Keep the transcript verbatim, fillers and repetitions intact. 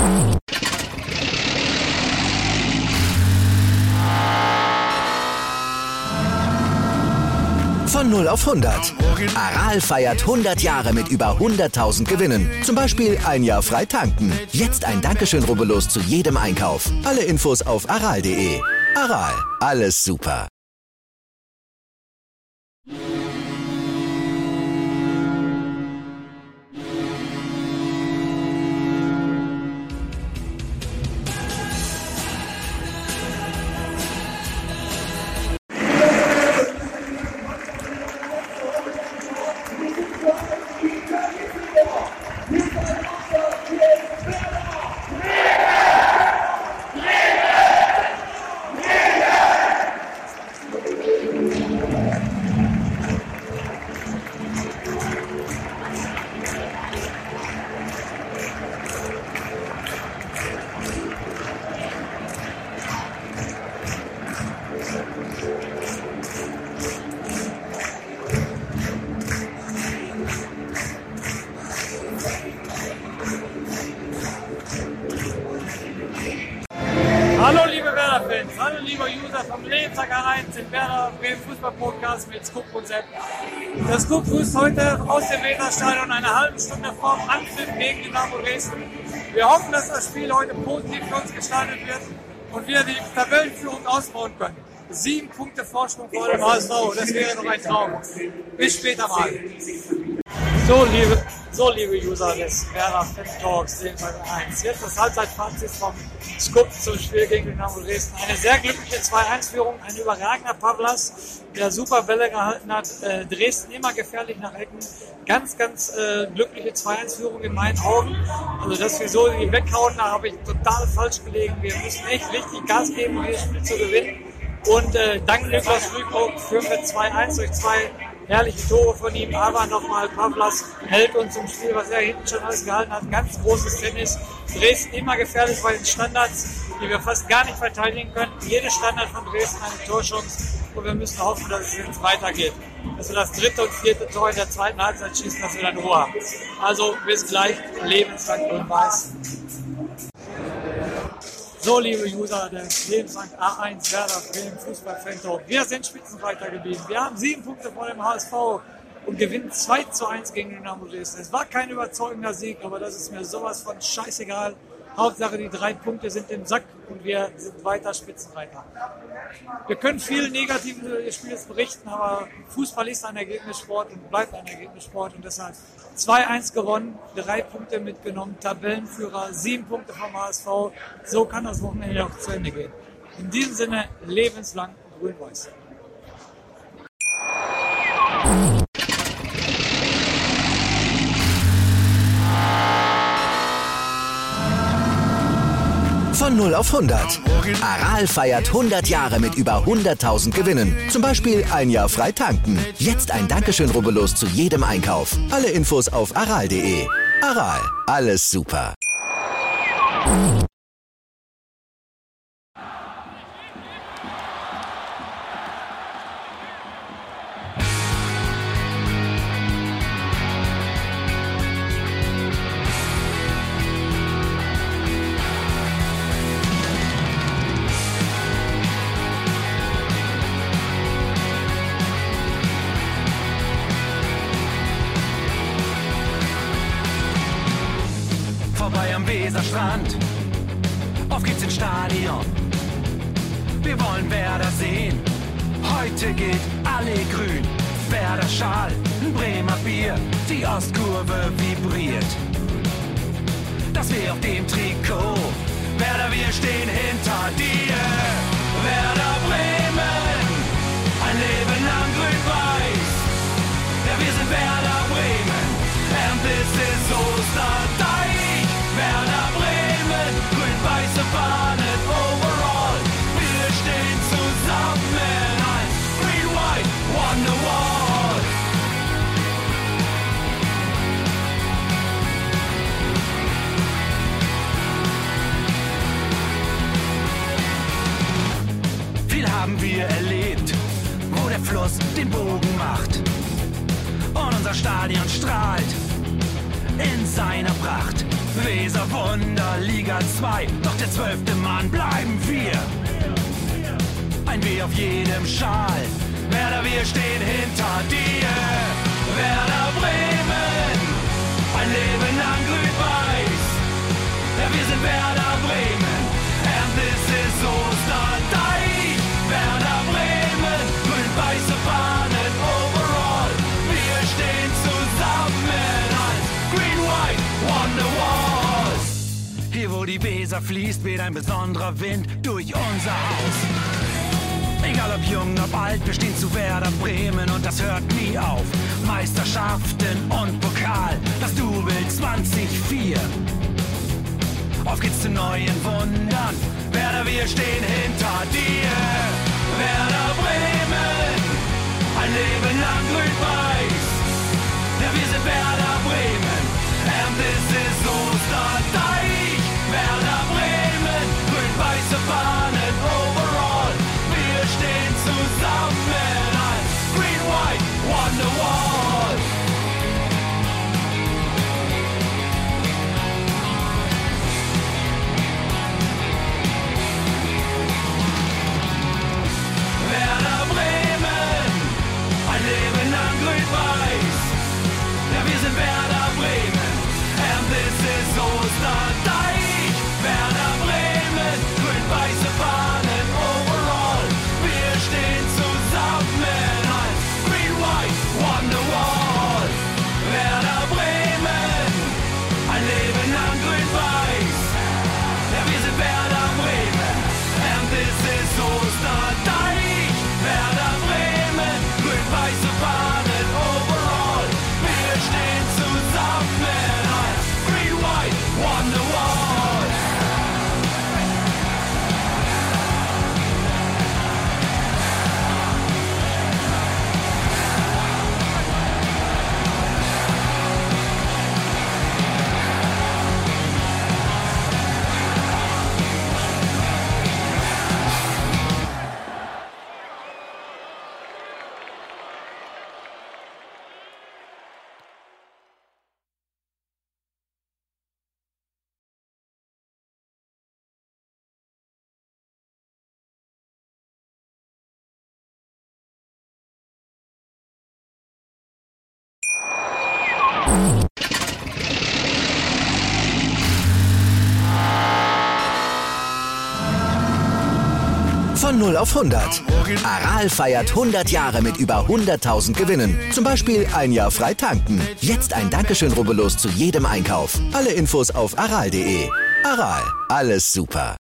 Von null auf hundert. Aral feiert hundert Jahre mit über hunderttausend Gewinnen. Zum Beispiel ein Jahr frei tanken. Jetzt ein Dankeschön, rubbellos zu jedem Einkauf. Alle Infos auf aral punkt de. Aral, alles super. Hallo liebe Werder-Fans, hallo liebe User vom Lebenslang eins im Werder Bremen Fußball-Podcast mit Scoop und Sepp. Das Scoop grüßt heute aus dem Weserstadion eine halbe Stunde vor dem Anpfiff gegen Dynamo Dresden. Wir hoffen, dass das Spiel heute positiv für uns gestaltet wird und wir die Tabellenführung ausbauen können. Sieben Punkte Vorsprung vor dem H S V, das wäre doch ein Traum. Bis später mal. So liebe, so liebe User des Werder Fan Talks Lebenslang eins. Jetzt das Halbzeitfazit vom Scoop zum Spiel gegen Dynamo Dresden. Eine sehr glückliche zwei eins Führung, ein überragender Pavlas, der super Bälle gehalten hat. Äh, Dresden immer gefährlich nach Ecken. Ganz, ganz äh, glückliche zwei eins Führung in meinen Augen. Also, dass wir so die weghauen, da habe ich total falsch gelegen. Wir müssen echt richtig Gas geben, um dieses Spiel zu gewinnen. Und äh, dank Niklas Füllkrug führen wir zwei eins durch zwei herrliche Tore von ihm, aber nochmal Pavlas hält uns im Spiel, was er hinten schon alles gehalten hat. Ganz großes Tennis. Dresden immer gefährlich bei den Standards, die wir fast gar nicht verteidigen können. Jede Standard von Dresden eine Torchance und wir müssen hoffen, dass es jetzt weitergeht. Dass wir das dritte und vierte Tor in der zweiten Halbzeit schießen, dass wir dann Ruhe haben. Also bis gleich, lebenslang grün-weiß. So, liebe User des Lebenslang A eins Werder Bremen Fußball-Fan-Talk. Wir sind Spitzenreiter geblieben. Wir haben sieben Punkte vor dem H S V und gewinnen zwei zu eins gegen Dynamo Dresden. Es war kein überzeugender Sieg, aber das ist mir sowas von scheißegal. Hauptsache die drei Punkte sind im Sack und wir sind weiter Spitzenreiter. Wir können viel Negatives über das Spiel jetzt berichten, aber Fußball ist ein Ergebnissport und bleibt ein Ergebnissport und deshalb zwei eins gewonnen, drei Punkte mitgenommen, Tabellenführer, sieben Punkte vom H S V. So kann das Wochenende auch zu Ende gehen. In diesem Sinne, lebenslang grün-weiß. Von null auf hundert. Aral feiert hundert Jahre mit über hunderttausend Gewinnen. Zum Beispiel ein Jahr frei tanken. Jetzt ein Dankeschön, rubbellos zu jedem Einkauf. Alle Infos auf aral punkt de. Aral, alles super. Vorbei am Weserstrand, auf geht's ins Stadion. Wir wollen Werder sehen, heute geht alle grün. Werder Schal, ein Bremer Bier, die Ostkurve vibriert. Das weh auf dem Trikot, Werder, wir stehen hinter dir. Werder Bremen, ein Leben lang grün-weiß. Ja, wir sind Werder Bremen, and this is Osterdeich. Werder Bremen, grün-weiße Fahnen overall. Wir stehen zusammen als Green-White Wonderwall. Viel haben wir erlebt, wo der Fluss den Bogen macht. Und unser Stadion strahlt in seiner Pracht. Weser Wunder, Liga zwei, doch der zwölfte Mann bleiben wir. Ein W auf jedem Schal, Werder, wir stehen hinter dir. Werder Bremen, ein Leben lang grün-weiß. Ja, wir sind Werder Bremen, and this is Osterdeich. Werder Bremen, grün-weiße Fahnen overall. Wir stehen zusammen als Green White Wonderwalls. Hier wo die Weser fließt, weht ein besonderer Wind durch unser Haus. Egal ob jung, ob alt, wir stehen zu Werder Bremen und das hört nie auf. Meisterschaften und Pokal, das Double zwanzig vier. Auf geht's zu neuen Wundern, Werder, wir stehen hinter dir. Werder Bremen, ein Leben lang grün-weiß. Ja, wir sind Werder Bremen, and this is Osterdeich. Werder Bremen, grün-weiße Fahnen overall. Wir stehen zusammen als Green White Wonderwall. Werder Bremen, ein Leben lang grün-weiß. Ja, wir sind Werder Bremen, and this is Osterdeich. Werder Bremen, grün-weiße Fahnen overall. Wir stehen zusammen als Green White Wonderwall. Werder Bremen, ein Leben lang grün-weiß. Ja, wir sind Werder Bremen, and this is Osterdeich. Werder Bremen, grün-weiße Fahnen overall. Wir stehen zusammen als Green White Wonderwall. Von null auf hundert. Aral feiert hundert Jahre mit über hunderttausend Gewinnen. Zum Beispiel ein Jahr frei tanken. Jetzt ein Dankeschön, rubbellos zu jedem Einkauf. Alle Infos auf aral punkt de. Aral, alles super.